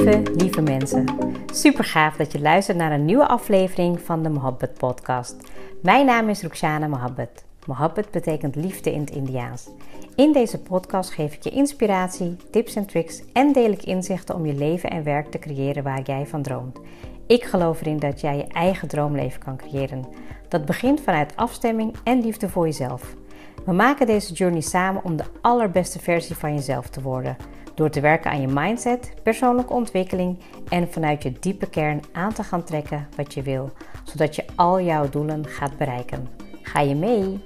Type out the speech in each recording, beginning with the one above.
Lieve mensen, super gaaf dat je luistert naar een nieuwe aflevering van de Mohabbat podcast. Mijn naam is Rukhsana Mohabbat. Mohabbat betekent liefde in het Indiaans. In deze podcast geef ik je inspiratie, tips en tricks en deel ik inzichten om je leven en werk te creëren waar jij van droomt. Ik geloof erin dat jij je eigen droomleven kan creëren. Dat begint vanuit afstemming en liefde voor jezelf. We maken deze journey samen om de allerbeste versie van jezelf te worden. Door te werken aan je mindset, persoonlijke ontwikkeling en vanuit je diepe kern aan te gaan trekken wat je wil. Zodat je al jouw doelen gaat bereiken. Ga je mee?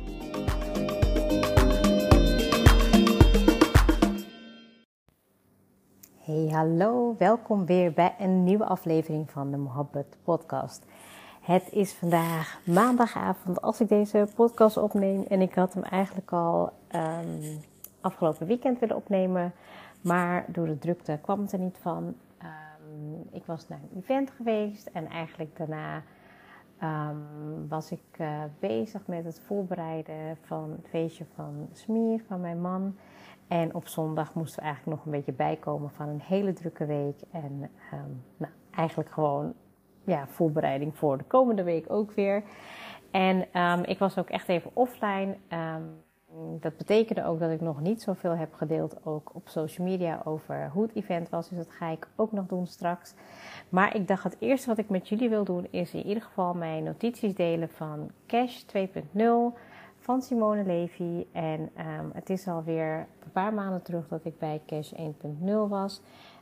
Hey, hallo. Welkom weer bij een nieuwe aflevering van de Mohabbat podcast. Het is vandaag maandagavond als ik deze podcast opneem. En ik had hem eigenlijk al afgelopen weekend willen opnemen. Maar door de drukte kwam het er niet van. Ik was naar een event geweest. En eigenlijk daarna was ik bezig met het voorbereiden van het feestje van Smir, van mijn man. En op zondag moesten we eigenlijk nog een beetje bijkomen van een hele drukke week. En eigenlijk gewoon voorbereiding voor de komende week ook weer. En ik was ook echt even offline. Dat betekende ook dat ik nog niet zoveel heb gedeeld ook op social media over hoe het event was. Dus dat ga ik ook nog doen straks. Maar ik dacht het eerste wat ik met jullie wil doen is in ieder geval mijn notities delen van Cash 2.0 van Simone Levy. En het is alweer een paar maanden terug dat ik bij Cash 1.0 was.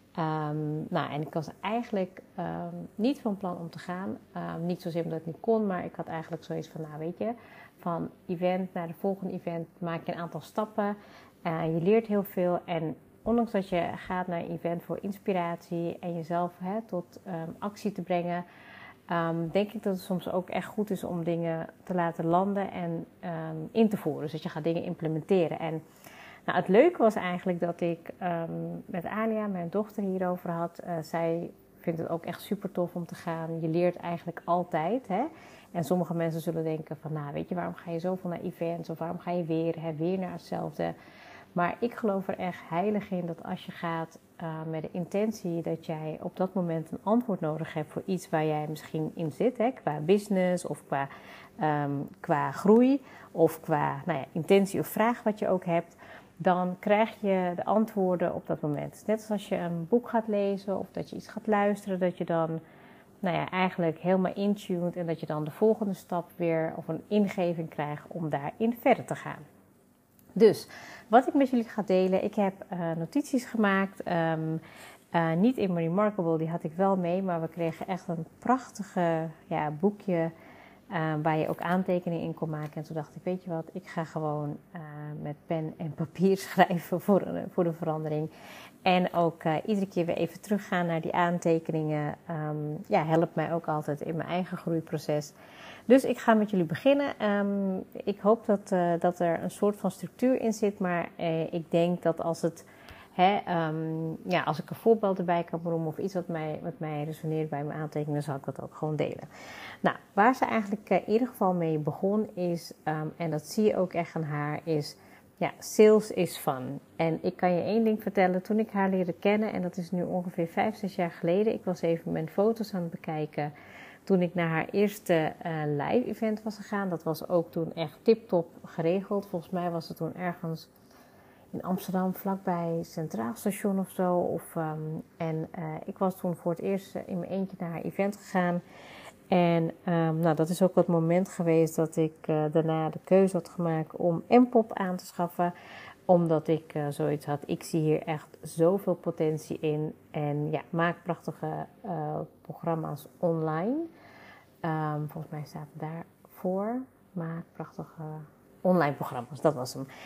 En ik was eigenlijk niet van plan om te gaan. Niet zozeer omdat het niet kon, maar ik had eigenlijk zoiets van, van event naar de volgende event maak je een aantal stappen. Je leert heel veel en ondanks dat je gaat naar een event voor inspiratie en jezelf tot actie te brengen, denk ik dat het soms ook echt goed is om dingen te laten landen en in te voeren. Dus dat je gaat dingen implementeren. En het leuke was eigenlijk dat ik met Ania, mijn dochter, hierover had. Zij vindt het ook echt super tof om te gaan. Je leert eigenlijk altijd. Hè? En sommige mensen zullen denken van, waarom ga je zoveel naar events? Of waarom ga je weer naar hetzelfde? Maar ik geloof er echt heilig in dat als je gaat met de intentie dat jij op dat moment een antwoord nodig hebt voor iets waar jij misschien in zit. Hè? Qua business of qua groei of qua intentie of vraag wat je ook hebt. Dan krijg je de antwoorden op dat moment. Net als als je een boek gaat lezen of dat je iets gaat luisteren, dat je dan eigenlijk helemaal intuned en dat je dan de volgende stap weer of een ingeving krijgt om daarin verder te gaan. Dus wat ik met jullie ga delen, ik heb notities gemaakt. Niet in mijn Remarkable, die had ik wel mee, maar we kregen echt een prachtige boekje waar je ook aantekeningen in kon maken. En toen dacht ik, weet je wat, ik ga gewoon met pen en papier schrijven voor de verandering. En ook iedere keer weer even teruggaan naar die aantekeningen. Helpt mij ook altijd in mijn eigen groeiproces. Dus ik ga met jullie beginnen. Ik hoop dat er een soort van structuur in zit. Maar ik denk dat als het... als ik een voorbeeld erbij kan noemen of iets wat mij resoneert bij mijn aantekeningen, zal ik dat ook gewoon delen. Nou, waar ze eigenlijk in ieder geval mee begon is, en dat zie je ook echt aan haar, is sales is fun. En ik kan je één ding vertellen, toen ik haar leerde kennen, en dat is nu ongeveer 5-6 jaar geleden, ik was even mijn foto's aan het bekijken, toen ik naar haar eerste live event was gegaan. Dat was ook toen echt tip-top geregeld. Volgens mij was het toen ergens in Amsterdam, vlakbij Centraal Station of zo. Ik was toen voor het eerst in mijn eentje naar haar event gegaan. En dat is ook het moment geweest dat ik daarna de keuze had gemaakt om M-pop aan te schaffen. Omdat ik zoiets had, ik zie hier echt zoveel potentie in. En maak prachtige programma's online. Volgens mij staat het daarvoor. Maak prachtige online programma's, dat was hem.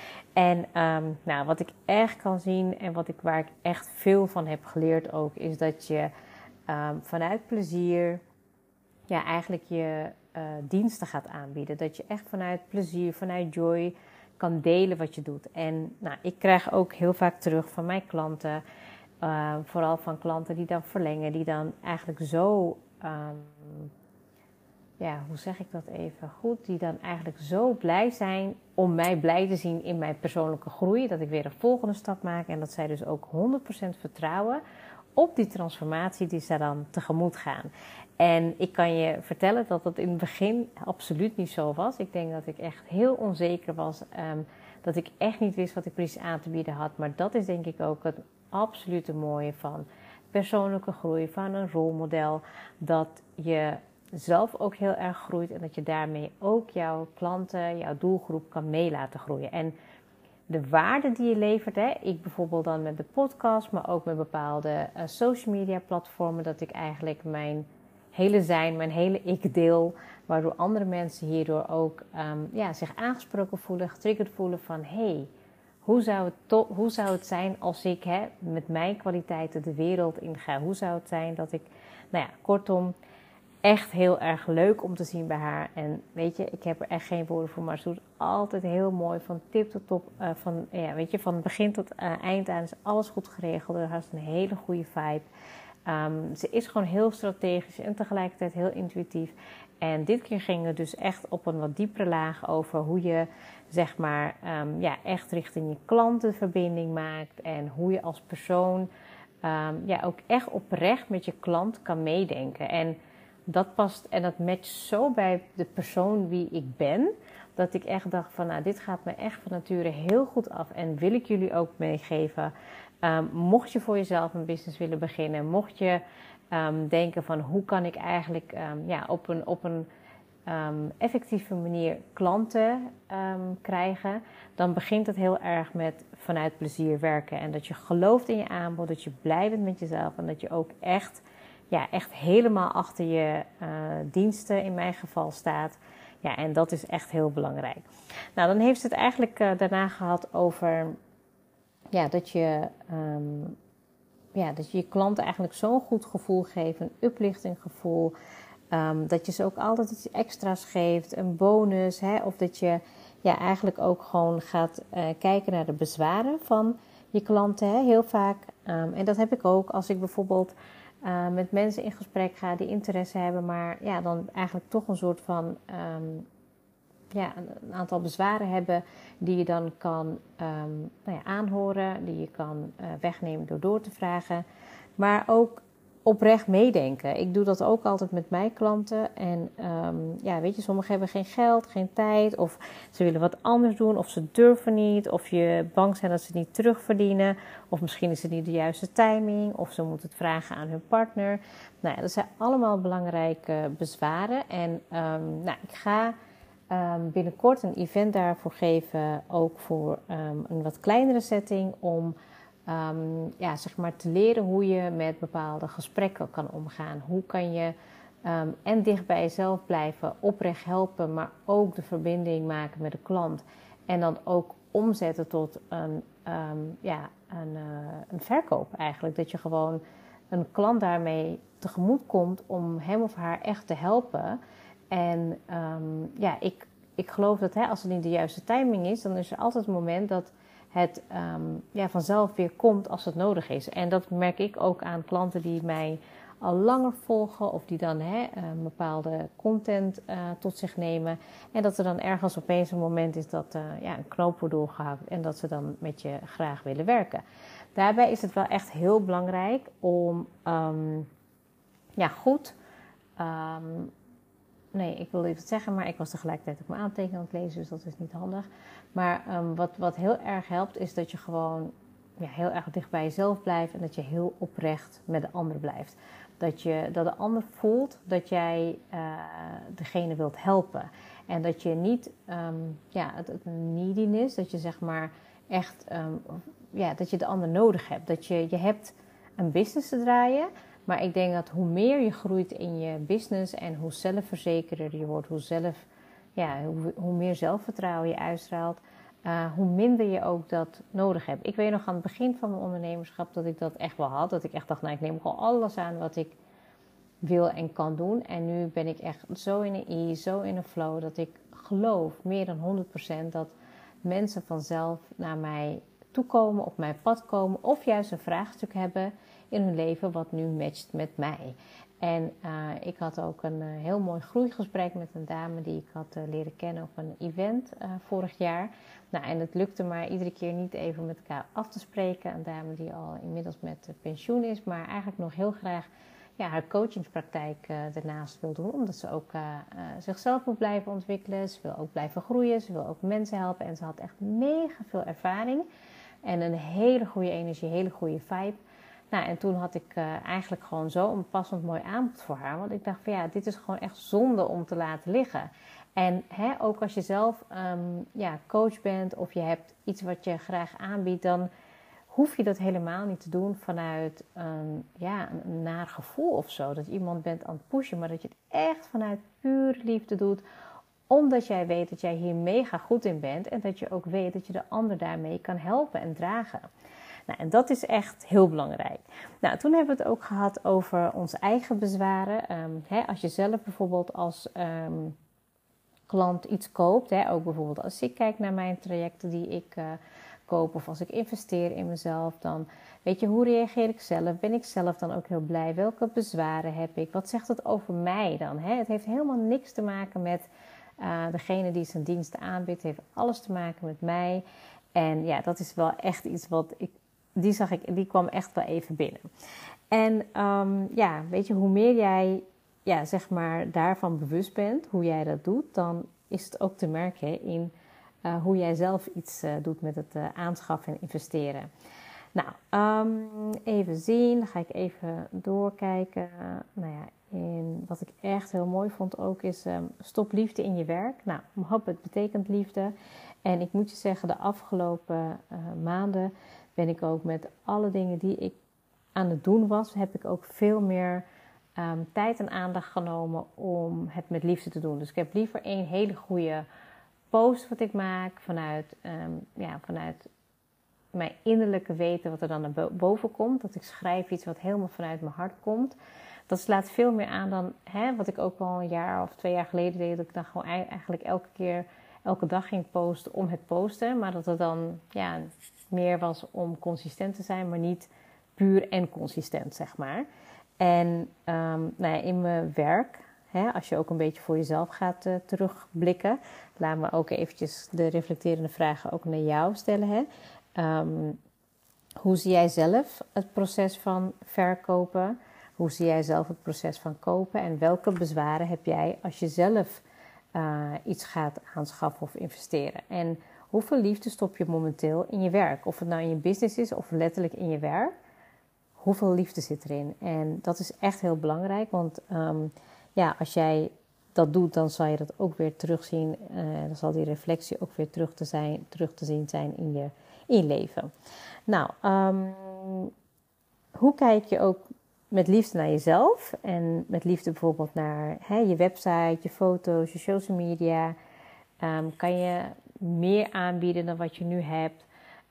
En wat ik echt kan zien en waar ik echt veel van heb geleerd ook, is dat je vanuit plezier eigenlijk je diensten gaat aanbieden. Dat je echt vanuit plezier, vanuit joy kan delen wat je doet. En ik krijg ook heel vaak terug van mijn klanten, vooral van klanten die dan verlengen, die dan eigenlijk zo... hoe zeg ik dat even goed, die dan eigenlijk zo blij zijn om mij blij te zien in mijn persoonlijke groei, dat ik weer een volgende stap maak en dat zij dus ook 100% vertrouwen op die transformatie die ze dan tegemoet gaan. En ik kan je vertellen dat dat in het begin absoluut niet zo was. Ik denk dat ik echt heel onzeker was. Dat ik echt niet wist wat ik precies aan te bieden had. Maar dat is denk ik ook het absolute mooie van persoonlijke groei, van een rolmodel. Dat je zelf ook heel erg groeit en dat je daarmee ook jouw klanten, jouw doelgroep kan mee laten groeien. En de waarde die je levert, ik bijvoorbeeld dan met de podcast, maar ook met bepaalde social media platformen, dat ik eigenlijk mijn hele zijn, mijn hele ik deel, waardoor andere mensen hierdoor ook zich aangesproken voelen, getriggerd voelen van hey, hoe zou het zijn als ik met mijn kwaliteiten de wereld inga? Hoe zou het zijn dat ik, kortom, echt heel erg leuk om te zien bij haar. En weet je, ik heb er echt geen woorden voor, maar ze doet altijd heel mooi van tip tot top. Van begin tot eind aan is alles goed geregeld. Er is een hele goede vibe. Ze is gewoon heel strategisch en tegelijkertijd heel intuïtief. En dit keer ging het dus echt op een wat diepere laag over hoe je zeg maar echt richting je klanten verbinding maakt. En hoe je als persoon ook echt oprecht met je klant kan meedenken. En dat past en dat matcht zo bij de persoon wie ik ben, dat ik echt dacht van dit gaat me echt van nature heel goed af. En wil ik jullie ook meegeven, mocht je voor jezelf een business willen beginnen, mocht je denken van hoe kan ik eigenlijk op een effectieve manier klanten krijgen, dan begint het heel erg met vanuit plezier werken. En dat je gelooft in je aanbod, dat je blij bent met jezelf en dat je ook echt helemaal achter je diensten in mijn geval staat. Ja, en dat is echt heel belangrijk. Nou, dan heeft ze het eigenlijk daarna gehad over dat je je klanten eigenlijk zo'n goed gevoel geeft, een uplifting gevoel. Dat je ze ook altijd iets extra's geeft, een bonus. Of dat je eigenlijk ook gewoon gaat kijken naar de bezwaren van je klanten. Heel vaak. En dat heb ik ook als ik bijvoorbeeld met mensen in gesprek ga die interesse hebben, maar dan eigenlijk toch een soort van een aantal bezwaren hebben die je dan kan aanhoren, die je kan wegnemen door te vragen, maar ook oprecht meedenken. Ik doe dat ook altijd met mijn klanten en sommigen hebben geen geld, geen tijd of ze willen wat anders doen of ze durven niet of je bang zijn dat ze het niet terugverdienen of misschien is het niet de juiste timing of ze moeten het vragen aan hun partner. Dat zijn allemaal belangrijke bezwaren en ik ga binnenkort een event daarvoor geven, ook voor een wat kleinere setting om te leren hoe je met bepaalde gesprekken kan omgaan. Hoe kan je en dicht bij jezelf blijven, oprecht helpen, maar ook de verbinding maken met de klant. En dan ook omzetten tot een verkoop eigenlijk. Dat je gewoon een klant daarmee tegemoet komt om hem of haar echt te helpen. En ik geloof dat als het niet de juiste timing is, dan is er altijd een moment dat het vanzelf weer komt als het nodig is. En dat merk ik ook aan klanten die mij al langer volgen of die dan bepaalde content tot zich nemen. En dat er dan ergens opeens een moment is dat een knoop wordt doorgehakt en dat ze dan met je graag willen werken. Daarbij is het wel echt heel belangrijk om goed... ik wilde even zeggen, maar ik was tegelijkertijd ook mijn aantekeningen aan het lezen, dus dat is niet handig. Maar wat heel erg helpt, is dat je gewoon heel erg dicht bij jezelf blijft en dat je heel oprecht met de ander blijft. Dat de ander voelt dat jij degene wilt helpen. En dat je niet, het neediness, dat je zeg maar echt, dat je de ander nodig hebt. Dat je hebt een business te draaien. Maar ik denk dat hoe meer je groeit in je business en hoe zelfverzekerder je wordt, hoe meer zelfvertrouwen je uitstraalt, hoe minder je ook dat nodig hebt. Ik weet nog aan het begin van mijn ondernemerschap dat ik dat echt wel had. Dat ik echt dacht, ik neem gewoon alles aan wat ik wil en kan doen. En nu ben ik echt zo in een ease, zo in een flow, dat ik geloof, meer dan 100%, dat mensen vanzelf naar mij toekomen, op mijn pad komen of juist een vraagstuk hebben in hun leven wat nu matcht met mij. En ik had ook een heel mooi groeigesprek met een dame die ik had leren kennen op een event vorig jaar. Nou, en het lukte maar iedere keer niet even met elkaar af te spreken. Een dame die al inmiddels met pensioen is, maar eigenlijk nog heel graag haar coachingspraktijk daarnaast wil doen. Omdat ze ook zichzelf wil blijven ontwikkelen. Ze wil ook blijven groeien. Ze wil ook mensen helpen. En ze had echt mega veel ervaring. En een hele goede energie, hele goede vibe. Nou, en toen had ik eigenlijk gewoon zo een passend mooi aanbod voor haar. Want ik dacht van dit is gewoon echt zonde om te laten liggen. En ook als je zelf coach bent of je hebt iets wat je graag aanbiedt, dan hoef je dat helemaal niet te doen vanuit een naar gevoel of zo. Dat je iemand bent aan het pushen, maar dat je het echt vanuit pure liefde doet. Omdat jij weet dat jij hier mega goed in bent. En dat je ook weet dat je de ander daarmee kan helpen en dragen. Nou, en dat is echt heel belangrijk. Nou, toen hebben we het ook gehad over onze eigen bezwaren. Als je zelf bijvoorbeeld als klant iets koopt. Ook bijvoorbeeld als ik kijk naar mijn trajecten die ik koop. Of als ik investeer in mezelf. Dan weet je, hoe reageer ik zelf? Ben ik zelf dan ook heel blij? Welke bezwaren heb ik? Wat zegt het over mij dan? Het heeft helemaal niks te maken met degene die zijn diensten aanbiedt. Het heeft alles te maken met mij. En ja, dat is wel echt iets wat die kwam echt wel even binnen. En weet je, hoe meer jij zeg maar daarvan bewust bent, hoe jij dat doet, dan is het ook te merken in hoe jij zelf iets doet met het aanschaffen en investeren. Nou, even zien, dan ga ik even doorkijken. En wat ik echt heel mooi vond ook is stop liefde in je werk. Nou, mohabbat betekent liefde. En ik moet je zeggen, de afgelopen maanden ben ik ook met alle dingen die ik aan het doen was, heb ik ook veel meer tijd en aandacht genomen om het met liefde te doen. Dus ik heb liever een hele goede post wat ik maak vanuit mijn innerlijke weten wat er dan naar boven komt. Dat ik schrijf iets wat helemaal vanuit mijn hart komt. Dat slaat veel meer aan dan wat ik ook al een jaar of 2 jaar geleden deed. Dat ik dan gewoon eigenlijk elke dag ging posten om het posten. Maar dat het dan meer was om consistent te zijn, maar niet puur en consistent, zeg maar. En in mijn werk, als je ook een beetje voor jezelf gaat terugblikken, laat me ook eventjes de reflecterende vragen ook naar jou stellen. Hoe zie jij zelf het proces van verkopen? Hoe zie jij zelf het proces van kopen? En welke bezwaren heb jij als je zelf iets gaat aanschaffen of investeren? En hoeveel liefde stop je momenteel in je werk? Of het nou in je business is of letterlijk in je werk. Hoeveel liefde zit erin? En dat is echt heel belangrijk. Want als jij dat doet, dan zal je dat ook weer terugzien. Dan zal die reflectie ook weer terug te zien zijn in je leven. Nou, hoe kijk je ook met liefde naar jezelf? En met liefde bijvoorbeeld naar je website, je foto's, je social media. Kan je meer aanbieden dan wat je nu hebt?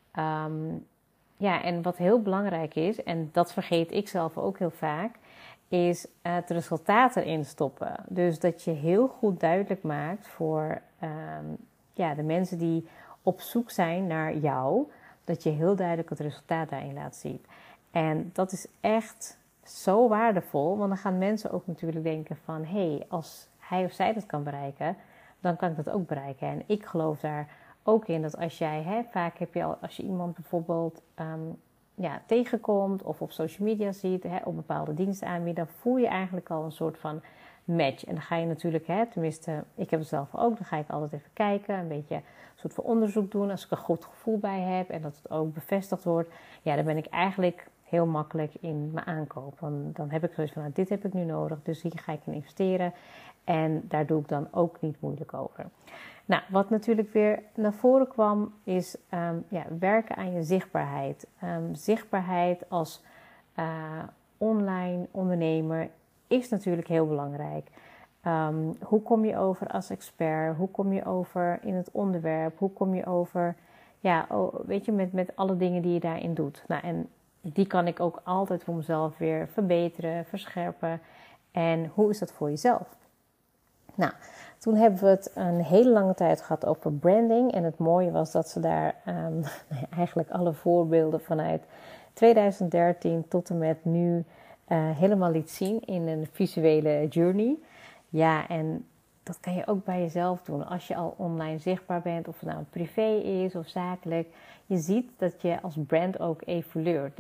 En wat heel belangrijk is, en dat vergeet ik zelf ook heel vaak, is het resultaat erin stoppen. Dus dat je heel goed duidelijk maakt voor de mensen die op zoek zijn naar jou, dat je heel duidelijk het resultaat daarin laat zien. En dat is echt zo waardevol, want dan gaan mensen ook natuurlijk denken van, als hij of zij dat kan bereiken, dan kan ik dat ook bereiken. En ik geloof daar ook in dat als jij, vaak heb je als je iemand bijvoorbeeld tegenkomt of op social media ziet, op bepaalde diensten aanbieden, dan voel je eigenlijk al een soort van match. En dan ga je natuurlijk, tenminste, ik heb het zelf ook, dan ga ik altijd even kijken, een beetje een soort van onderzoek doen. Als ik een goed gevoel bij heb en dat het ook bevestigd wordt, dan ben ik eigenlijk heel makkelijk in mijn aankoop. Dan heb ik zoiets van, dit heb ik nu nodig, dus hier ga ik in investeren. En daar doe ik dan ook niet moeilijk over. Nou, wat natuurlijk weer naar voren kwam, is werken aan je zichtbaarheid. Zichtbaarheid als online ondernemer is natuurlijk heel belangrijk. Hoe kom je over als expert? Hoe kom je over in het onderwerp? Hoe kom je over, met alle dingen die je daarin doet? Nou, en die kan ik ook altijd voor mezelf weer verbeteren, verscherpen. En hoe is dat voor jezelf? Nou, toen hebben we het een hele lange tijd gehad over branding. En het mooie was dat ze daar eigenlijk alle voorbeelden vanuit 2013 tot en met nu helemaal liet zien in een visuele journey. Ja, en dat kan je ook bij jezelf doen. Als je al online zichtbaar bent, of het nou privé is of zakelijk. Je ziet dat je als brand ook evolueert.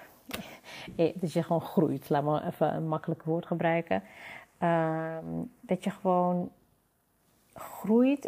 Dat je gewoon groeit. Laat maar even een makkelijk woord gebruiken. Dat je gewoon groeit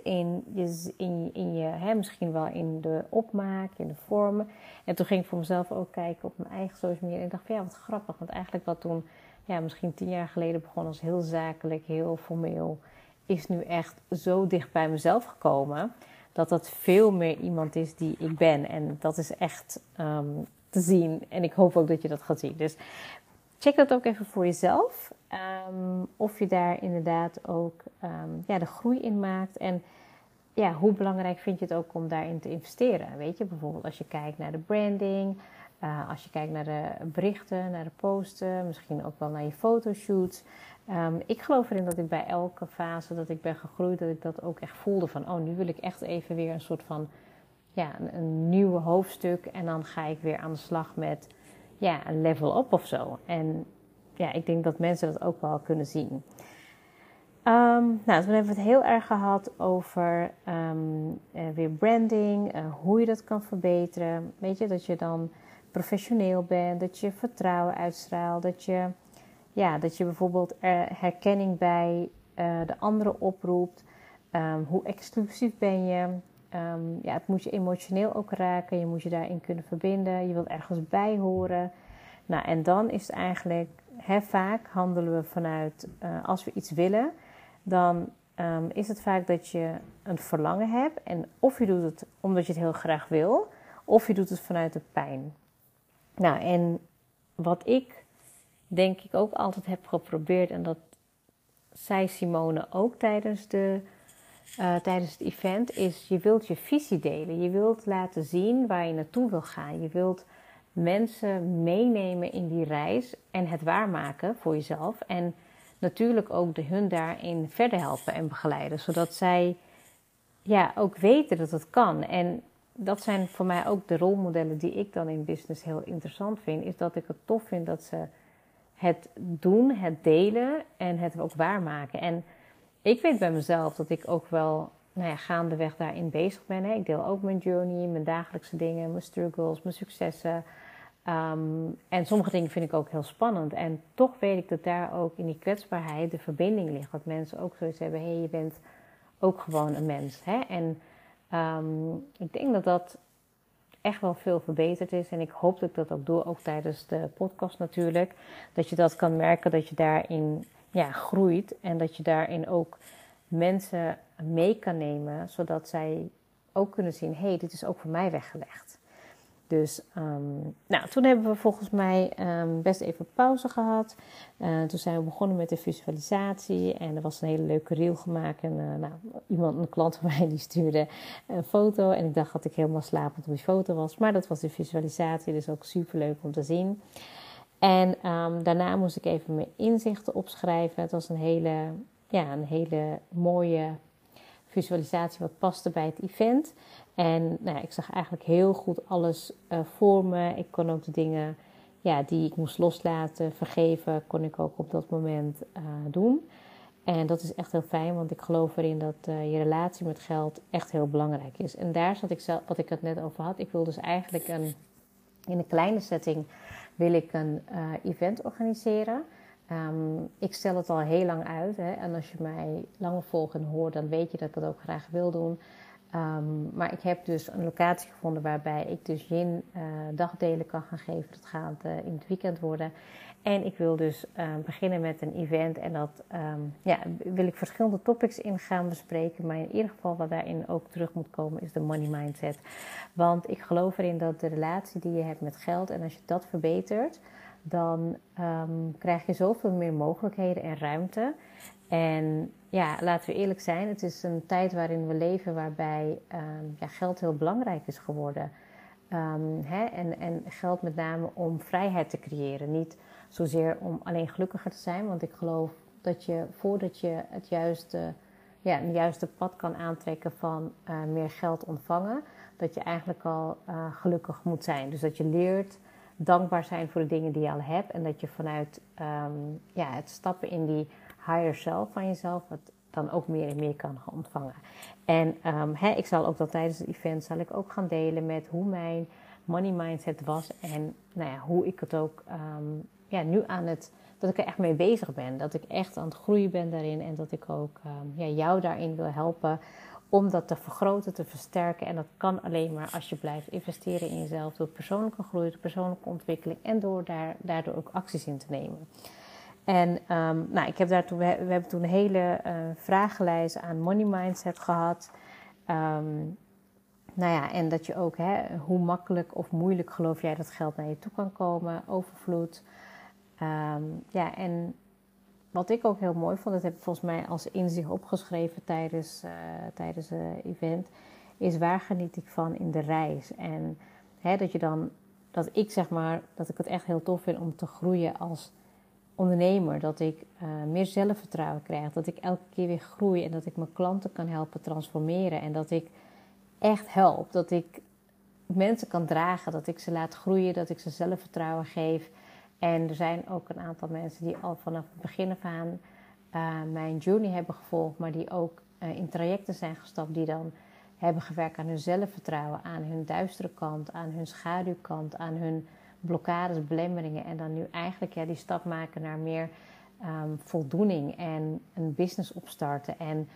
in je misschien wel in de opmaak, in de vormen. En toen ging ik voor mezelf ook kijken op mijn eigen social media. En ik dacht van ja, wat grappig. Want eigenlijk wat toen, misschien 10 jaar geleden begon als heel zakelijk, heel formeel, is nu echt zo dicht bij mezelf gekomen, dat dat veel meer iemand is die ik ben. En dat is echt te zien. En ik hoop ook dat je dat gaat zien. Dus check dat ook even voor jezelf. Of je daar inderdaad ook de groei in maakt. En ja, hoe belangrijk vind je het ook om daarin te investeren? Weet je, bijvoorbeeld als je kijkt naar de branding. Als je kijkt naar de berichten, naar de posten. Misschien ook wel naar je fotoshoots. Ik geloof erin dat ik bij elke fase dat ik ben gegroeid, dat ik dat ook echt voelde van, oh, nu wil ik echt even weer een soort van, een nieuwe hoofdstuk. En dan ga ik weer aan de slag met, een level up of zo. En ja, ik denk dat mensen dat ook wel kunnen zien. Toen hebben we het heel erg gehad over weer branding, hoe je dat kan verbeteren. Weet je, dat je dan professioneel bent, dat je vertrouwen uitstraalt, dat je bijvoorbeeld herkenning bij de anderen oproept. Hoe exclusief ben je? Het moet je emotioneel ook raken. Je moet je daarin kunnen verbinden. Je wilt ergens bij horen. Nou, en dan is het eigenlijk, vaak handelen we vanuit, als we iets willen, dan is het vaak dat je een verlangen hebt. En of je doet het omdat je het heel graag wil, of je doet het vanuit de pijn. Nou, en wat ik denk ik ook altijd heb geprobeerd, en dat zei Simone ook tijdens het event, is je wilt je visie delen. Je wilt laten zien waar je naartoe wil gaan. Je wilt mensen meenemen in die reis en het waarmaken voor jezelf. En natuurlijk ook hun daarin verder helpen en begeleiden. Zodat zij ook weten dat het kan. En dat zijn voor mij ook de rolmodellen die ik dan in business heel interessant vind. Is dat ik het tof vind dat ze het doen, het delen en het ook waarmaken. En ik weet bij mezelf dat ik ook wel gaandeweg daarin bezig ben. Hè. Ik deel ook mijn journey, mijn dagelijkse dingen, mijn struggles, mijn successen. En sommige dingen vind ik ook heel spannend. En toch weet ik dat daar ook in die kwetsbaarheid de verbinding ligt. Dat mensen ook zoiets hebben, hé, je bent ook gewoon een mens. Hè? En ik denk dat dat echt wel veel verbeterd is. En ik hoop dat ik dat ook doe, ook tijdens de podcast natuurlijk. Dat je dat kan merken, dat je daarin groeit. En dat je daarin ook mensen mee kan nemen. Zodat zij ook kunnen zien, hé, dit is ook voor mij weggelegd. Dus toen hebben we volgens mij best even pauze gehad. Toen zijn we begonnen met de visualisatie. En er was een hele leuke reel gemaakt. En een klant van mij die stuurde een foto. En ik dacht dat ik helemaal slapend op die foto was. Maar dat was de visualisatie. Dus ook super leuk om te zien. En daarna moest ik even mijn inzichten opschrijven. Het was een hele mooie visualisatie wat paste bij het event. En ik zag eigenlijk heel goed alles voor me. Ik kon ook de dingen die ik moest loslaten, vergeven, kon ik ook op dat moment doen. En dat is echt heel fijn, want ik geloof erin dat je relatie met geld echt heel belangrijk is. En daar zat ik zelf, wat ik het net over had. Ik wil dus eigenlijk in een kleine setting wil ik een event organiseren. Ik stel het al heel lang uit. Hè? En als je mij langer volgt en hoort, dan weet je dat ik dat ook graag wil doen. Maar ik heb dus een locatie gevonden waarbij ik dus yin dagdelen kan gaan geven. Dat gaat in het weekend worden. En ik wil dus beginnen met een event. En dat wil ik verschillende topics in gaan bespreken. Maar in ieder geval wat daarin ook terug moet komen is de money mindset. Want ik geloof erin dat de relatie die je hebt met geld, en als je dat verbetert, dan krijg je zoveel meer mogelijkheden en ruimte. En laten we eerlijk zijn, het is een tijd waarin we leven waarbij geld heel belangrijk is geworden. En geld met name om vrijheid te creëren. Niet zozeer om alleen gelukkiger te zijn, want ik geloof dat je voordat je het juiste pad kan aantrekken van meer geld ontvangen, dat je eigenlijk al gelukkig moet zijn. Dus dat je leert dankbaar zijn voor de dingen die je al hebt. En dat je vanuit het stappen in die higher self van jezelf het dan ook meer en meer kan gaan ontvangen. En ik zal ook dat tijdens het event zal ik ook gaan delen met hoe mijn money mindset was. En hoe ik het ook nu dat ik er echt mee bezig ben. Dat ik echt aan het groeien ben daarin. En dat ik ook jou daarin wil helpen om dat te vergroten, te versterken. En dat kan alleen maar als je blijft investeren in jezelf. Door persoonlijke groei, door persoonlijke ontwikkeling. En door daardoor ook acties in te nemen. En we hebben toen een hele vragenlijst aan money mindset gehad. En dat je ook, hoe makkelijk of moeilijk geloof jij dat geld naar je toe kan komen, overvloed. En wat ik ook heel mooi vond, dat heb ik volgens mij als inzicht opgeschreven tijdens het event, is waar geniet ik van in de reis. En dat ik het echt heel tof vind om te groeien als ondernemer. Dat ik meer zelfvertrouwen krijg, dat ik elke keer weer groei en dat ik mijn klanten kan helpen transformeren. En dat ik echt help, dat ik mensen kan dragen, dat ik ze laat groeien, dat ik ze zelfvertrouwen geef. En er zijn ook een aantal mensen die al vanaf het begin af aan mijn journey hebben gevolgd, maar die ook in trajecten zijn gestapt, die dan hebben gewerkt aan hun zelfvertrouwen, aan hun duistere kant, aan hun schaduwkant, aan hun blokkades, belemmeringen. En dan nu eigenlijk die stap maken naar meer voldoening en een business opstarten. En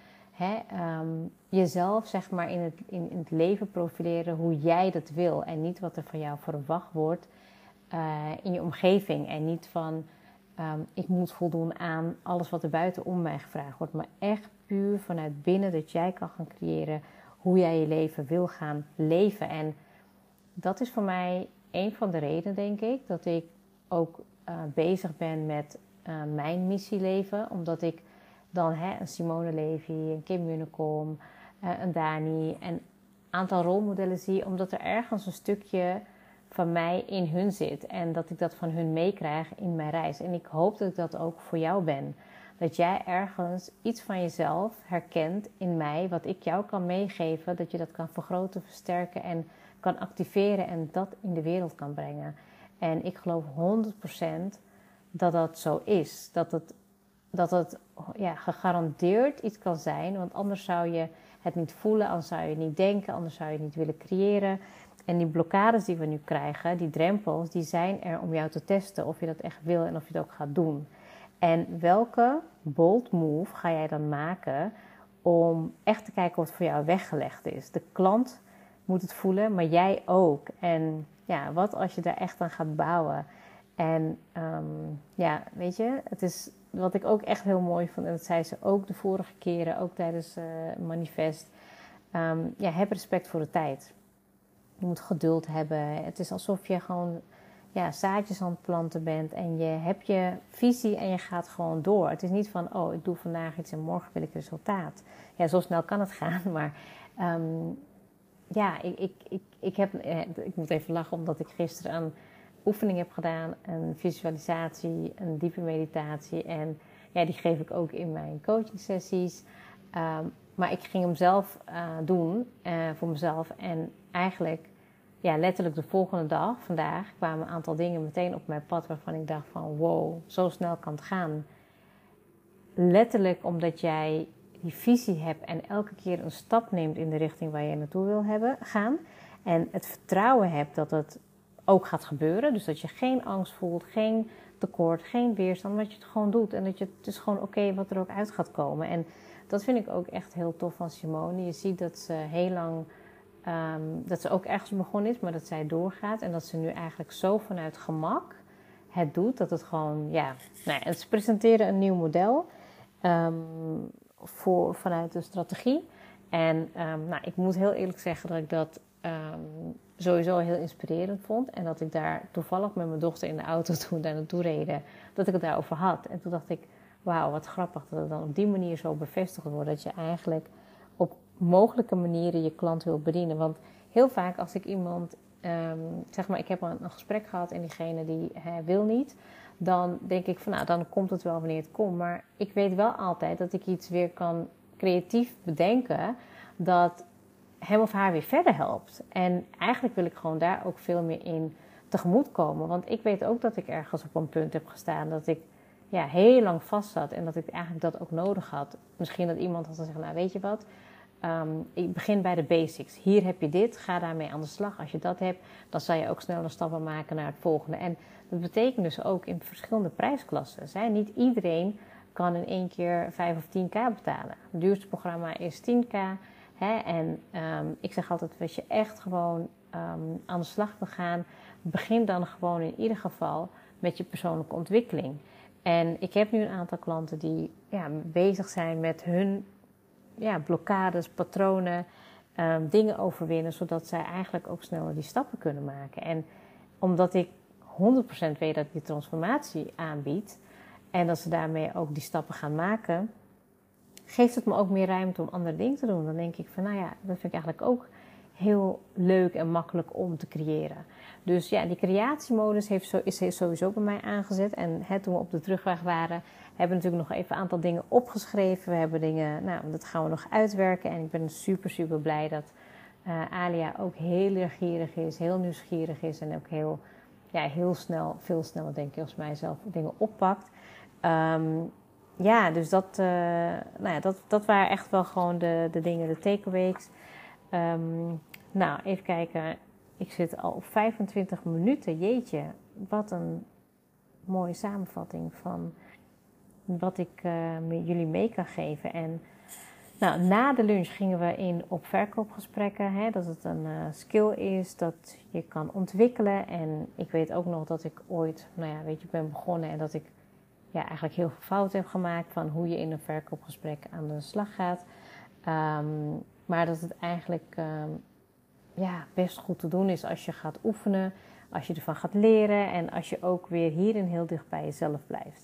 jezelf zeg maar in het leven profileren hoe jij dat wil. En niet wat er van jou verwacht wordt in je omgeving. En niet van ik moet voldoen aan alles wat er buiten om mij gevraagd wordt. Maar echt puur vanuit binnen dat jij kan gaan creëren hoe jij je leven wil gaan leven. En dat is voor mij een van de redenen, denk ik, dat ik ook bezig ben met mijn missieleven. Omdat ik dan een Simone Levy, een Kim Munnekom, een Dani, een aantal rolmodellen zie. Omdat er ergens een stukje van mij in hun zit. En dat ik dat van hun meekrijg in mijn reis. En ik hoop dat ik dat ook voor jou ben. Dat jij ergens iets van jezelf herkent in mij, wat ik jou kan meegeven. Dat je dat kan vergroten, versterken en kan activeren en dat in de wereld kan brengen. En ik geloof 100% dat dat zo is. Dat het gegarandeerd iets kan zijn. Want anders zou je het niet voelen, anders zou je het niet denken, anders zou je het niet willen creëren. En die blokkades die we nu krijgen, die drempels, die zijn er om jou te testen of je dat echt wil en of je het ook gaat doen. En welke bold move ga jij dan maken om echt te kijken wat voor jou weggelegd is? De klant moet het voelen, maar jij ook. En wat als je daar echt aan gaat bouwen? En weet je, het is wat ik ook echt heel mooi vond. En dat zei ze ook de vorige keren, ook tijdens Manifest. Heb respect voor de tijd. Je moet geduld hebben. Het is alsof je gewoon zaadjes aan het planten bent. En je hebt je visie en je gaat gewoon door. Het is niet van, ik doe vandaag iets en morgen wil ik resultaat. Ja, zo snel kan het gaan. Maar ik moet even lachen omdat ik gisteren een oefening heb gedaan. Een visualisatie, een diepe meditatie. En die geef ik ook in mijn coaching sessies. Maar ik ging hem zelf doen voor mezelf. En eigenlijk, letterlijk de volgende dag, vandaag, kwamen een aantal dingen meteen op mijn pad waarvan ik dacht van wow, zo snel kan het gaan. Letterlijk omdat jij die visie hebt en elke keer een stap neemt in de richting waar je naartoe wil gaan. En het vertrouwen hebt dat het ook gaat gebeuren. Dus dat je geen angst voelt, geen tekort, geen weerstand, maar dat je het gewoon doet. En dat het is gewoon oké wat er ook uit gaat komen. En dat vind ik ook echt heel tof van Simone. Je ziet dat ze heel lang, dat ze ook ergens begonnen is, maar dat zij doorgaat. En dat ze nu eigenlijk zo vanuit gemak het doet. Dat het gewoon, en ze presenteren een nieuw model vanuit de strategie. En ik moet heel eerlijk zeggen dat ik dat sowieso heel inspirerend vond. En dat ik daar toevallig met mijn dochter in de auto toen we daar naartoe reden, dat ik het daarover had. En toen dacht ik, wauw, wat grappig dat het dan op die manier zo bevestigd wordt. Dat je eigenlijk op mogelijke manieren je klant wil bedienen. Want heel vaak als ik iemand, ik heb een gesprek gehad en diegene die wil niet, dan denk ik van dan komt het wel wanneer het komt. Maar ik weet wel altijd dat ik iets weer kan creatief bedenken dat hem of haar weer verder helpt. En eigenlijk wil ik gewoon daar ook veel meer in tegemoetkomen. Want ik weet ook dat ik ergens op een punt heb gestaan dat ik heel lang vast zat en dat ik eigenlijk dat ook nodig had. Misschien dat iemand had gezegd, nou weet je wat, ik begin bij de basics. Hier heb je dit, ga daarmee aan de slag. Als je dat hebt, dan zal je ook sneller stappen maken naar het volgende. En dat betekent dus ook in verschillende prijsklassen. Niet iedereen kan in één keer 5 of 10k betalen. Het duurste programma is 10k. En ik zeg altijd, als je echt gewoon aan de slag wil gaan, begin dan gewoon in ieder geval met je persoonlijke ontwikkeling. En ik heb nu een aantal klanten die bezig zijn met hun blokkades, patronen, dingen overwinnen, zodat zij eigenlijk ook sneller die stappen kunnen maken. En omdat ik 100% weet dat ik die transformatie aanbied en dat ze daarmee ook die stappen gaan maken, geeft het me ook meer ruimte om andere dingen te doen. Dan denk ik van, dat vind ik eigenlijk ook heel leuk en makkelijk om te creëren. Dus die creatiemodus is sowieso bij mij aangezet. En toen we op de terugweg waren, hebben we natuurlijk nog even een aantal dingen opgeschreven. We hebben dingen, dat gaan we nog uitwerken. En ik ben super, super blij dat Alia ook heel leergierig is, heel nieuwsgierig is en ook heel snel, veel sneller denk ik als mijzelf dingen oppakt. Dus dat waren echt wel gewoon de dingen, de takeaways. Even kijken. Ik zit al op 25 minuten. Jeetje, wat een mooie samenvatting van wat ik jullie mee kan geven. En na de lunch gingen we in op verkoopgesprekken. Dat het een skill is, dat je kan ontwikkelen. En ik weet ook nog dat ik ooit, ben begonnen en dat ik eigenlijk heel veel fouten heb gemaakt van hoe je in een verkoopgesprek aan de slag gaat. Maar dat het eigenlijk best goed te doen is als je gaat oefenen, als je ervan gaat leren en als je ook weer hierin heel dicht bij jezelf blijft.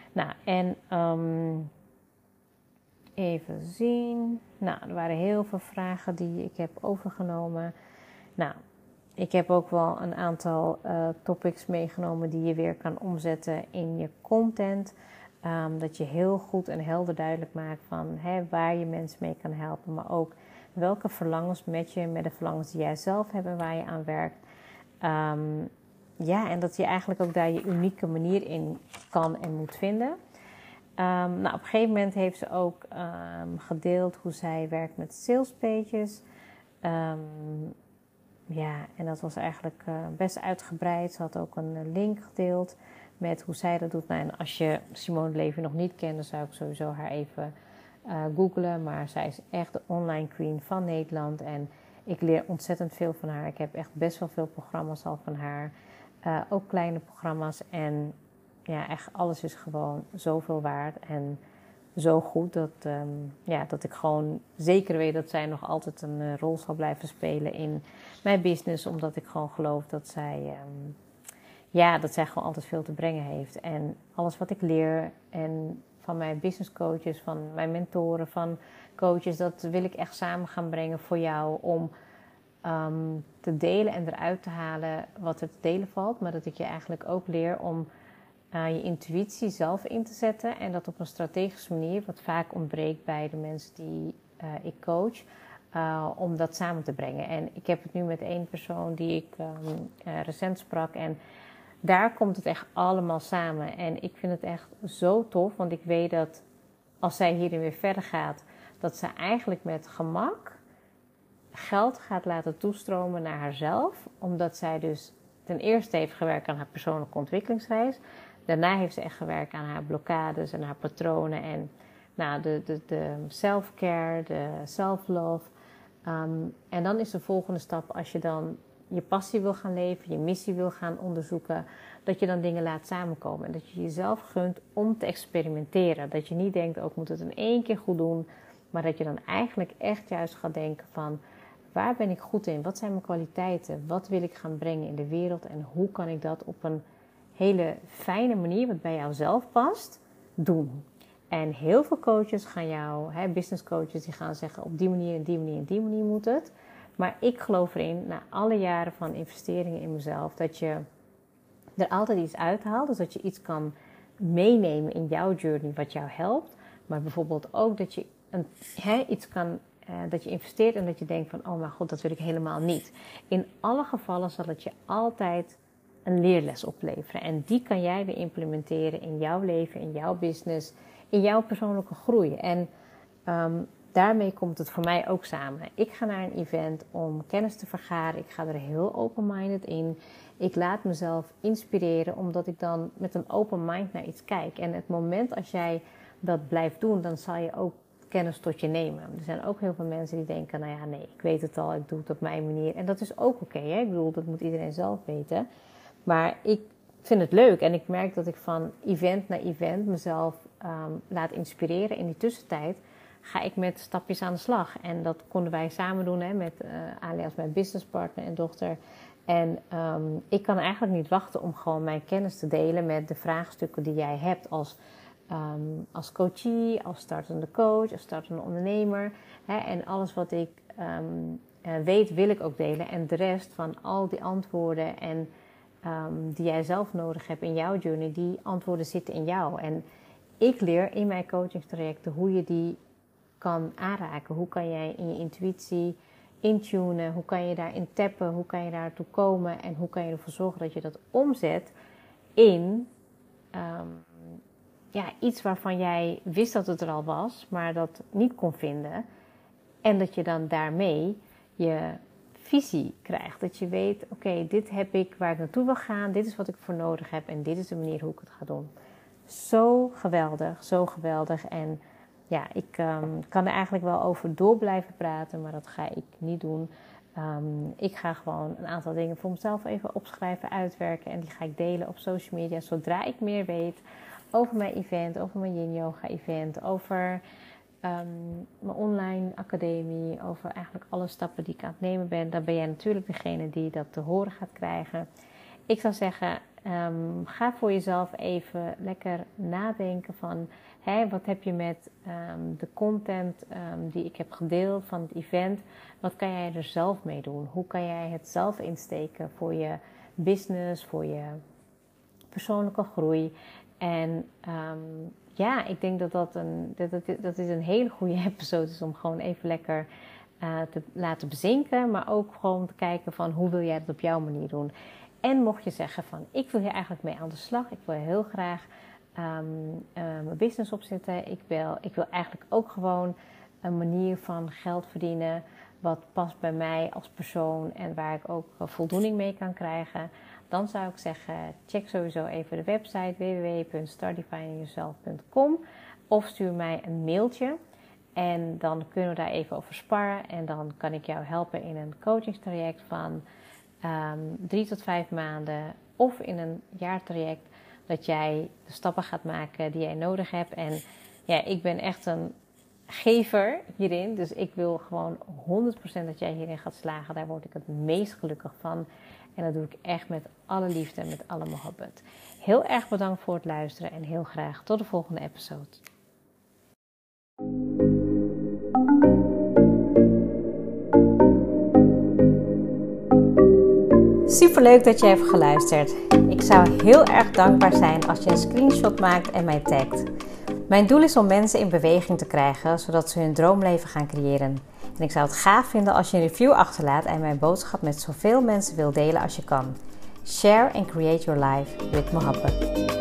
Even zien. Er waren heel veel vragen die ik heb overgenomen. Ik heb ook wel een aantal topics meegenomen die je weer kan omzetten in je content. Dat je heel goed en helder duidelijk maakt van waar je mensen mee kan helpen. Maar ook welke verlangens met de verlangens die jij zelf hebt en waar je aan werkt. En dat je eigenlijk ook daar je unieke manier in kan en moet vinden. Op een gegeven moment heeft ze ook gedeeld hoe zij werkt met salespages. En dat was eigenlijk best uitgebreid. Ze had ook een link gedeeld met hoe zij dat doet. En als je Simone Levy nog niet kent, dan zou ik sowieso haar even googlen. Maar zij is echt de online queen van Nederland. En ik leer ontzettend veel van haar. Ik heb echt best wel veel programma's al van haar. Ook kleine programma's. En echt alles is gewoon zoveel waard. En zo goed dat ik gewoon zeker weet dat zij nog altijd een rol zal blijven spelen in mijn business. Omdat ik gewoon geloof dat zij gewoon altijd veel te brengen heeft. En alles wat ik leer en van mijn business coaches, van mijn mentoren, van coaches, dat wil ik echt samen gaan brengen voor jou om te delen en eruit te halen wat er te delen valt. Maar dat ik je eigenlijk ook leer om je intuïtie zelf in te zetten. En dat op een strategische manier, wat vaak ontbreekt bij de mensen die ik coach, om dat samen te brengen. En ik heb het nu met één persoon die ik recent sprak. En daar komt het echt allemaal samen. En ik vind het echt zo tof, want ik weet dat als zij hierin weer verder gaat, dat ze eigenlijk met gemak geld gaat laten toestromen naar haarzelf. Omdat zij dus ten eerste heeft gewerkt aan haar persoonlijke ontwikkelingsreis. Daarna heeft ze echt gewerkt aan haar blokkades en haar patronen. En de self-care, de self-love. En dan is de volgende stap, als je dan je passie wil gaan leven, je missie wil gaan onderzoeken, dat je dan dingen laat samenkomen. En dat je jezelf gunt om te experimenteren. Dat je niet denkt, ik moet het in één keer goed doen. Maar dat je dan eigenlijk echt juist gaat denken van, waar ben ik goed in? Wat zijn mijn kwaliteiten? Wat wil ik gaan brengen in de wereld? En hoe kan ik dat op een hele fijne manier, wat bij jou zelf past, doen? En heel veel coaches gaan jou, business coaches, die gaan zeggen, op die manier, en die manier, en die manier moet het. Maar ik geloof erin, na alle jaren van investeringen in mezelf, dat je er altijd iets uithaalt. Dus dat je iets kan meenemen in jouw journey wat jou helpt. Maar bijvoorbeeld ook dat je iets kan, dat je investeert en dat je denkt van, oh mijn god, dat wil ik helemaal niet. In alle gevallen zal het je altijd een leerles opleveren. En die kan jij weer implementeren in jouw leven, in jouw business, in jouw persoonlijke groei. En daarmee komt het voor mij ook samen. Ik ga naar een event om kennis te vergaren. Ik ga er heel open-minded in. Ik laat mezelf inspireren, omdat ik dan met een open mind naar iets kijk. En het moment als jij dat blijft doen, dan zal je ook kennis tot je nemen. Er zijn ook heel veel mensen die denken, nou ja, nee, ik weet het al, ik doe het op mijn manier. En dat is ook oké, hè? Ik bedoel, dat moet iedereen zelf weten. Maar ik vind het leuk en ik merk dat ik van event naar event mezelf laat inspireren. In die tussentijd ga ik met stapjes aan de slag. En dat konden wij samen doen, hè, met Ali als mijn businesspartner en dochter. En ik kan eigenlijk niet wachten om gewoon mijn kennis te delen met de vraagstukken die jij hebt als coachie, als startende coach, als startende ondernemer. Hè, en alles wat ik weet, wil ik ook delen. En de rest van al die antwoorden en die jij zelf nodig hebt in jouw journey, die antwoorden zitten in jou. En ik leer in mijn coachingstrajecten hoe je die kan aanraken. Hoe kan jij in je intuïtie intunen? Hoe kan je daarin tappen? Hoe kan je daartoe komen? En hoe kan je ervoor zorgen dat je dat omzet in iets waarvan jij wist dat het er al was, maar dat niet kon vinden. En dat je dan daarmee je visie krijgt. Dat je weet, oké, dit heb ik waar ik naartoe wil gaan. Dit is wat ik voor nodig heb. En dit is de manier hoe ik het ga doen. Zo geweldig, zo geweldig. En ja, ik kan er eigenlijk wel over door blijven praten, maar dat ga ik niet doen. Ik ga gewoon een aantal dingen voor mezelf even opschrijven, uitwerken. En die ga ik delen op social media. Zodra ik meer weet over mijn event, over mijn Yin Yoga event, over mijn online academie, over eigenlijk alle stappen die ik aan het nemen ben. Dan ben jij natuurlijk degene die dat te horen gaat krijgen. Ik zou zeggen, ga voor jezelf even lekker nadenken van, wat heb je met de content die ik heb gedeeld van het event. Wat kan jij er zelf mee doen? Hoe kan jij het zelf insteken voor je business, voor je persoonlijke groei? En ik denk dat dit een hele goede episode is om gewoon even lekker te laten bezinken. Maar ook gewoon te kijken van hoe wil jij het op jouw manier doen. En mocht je zeggen van ik wil hier eigenlijk mee aan de slag. Ik wil heel graag mijn business opzetten. Ik wil eigenlijk ook gewoon een manier van geld verdienen. Wat past bij mij als persoon en waar ik ook voldoening mee kan krijgen. Dan zou ik zeggen, check sowieso even de website www.startdefiningyourself.com of stuur mij een mailtje. En dan kunnen we daar even over sparren. En dan kan ik jou helpen in een coachingstraject van 3 tot 5 maanden. Of in een jaartraject dat jij de stappen gaat maken die jij nodig hebt. En ja, ik ben echt een gever hierin. Dus ik wil gewoon 100% dat jij hierin gaat slagen. Daar word ik het meest gelukkig van. En dat doe ik echt met alle liefde en met alle mohabbat. Heel erg bedankt voor het luisteren en heel graag tot de volgende episode. Superleuk dat je hebt geluisterd. Ik zou heel erg dankbaar zijn als je een screenshot maakt en mij tagt. Mijn doel is om mensen in beweging te krijgen, zodat ze hun droomleven gaan creëren. En ik zou het gaaf vinden als je een review achterlaat en mijn boodschap met zoveel mensen wil delen als je kan. Share and create your life with mohabbat.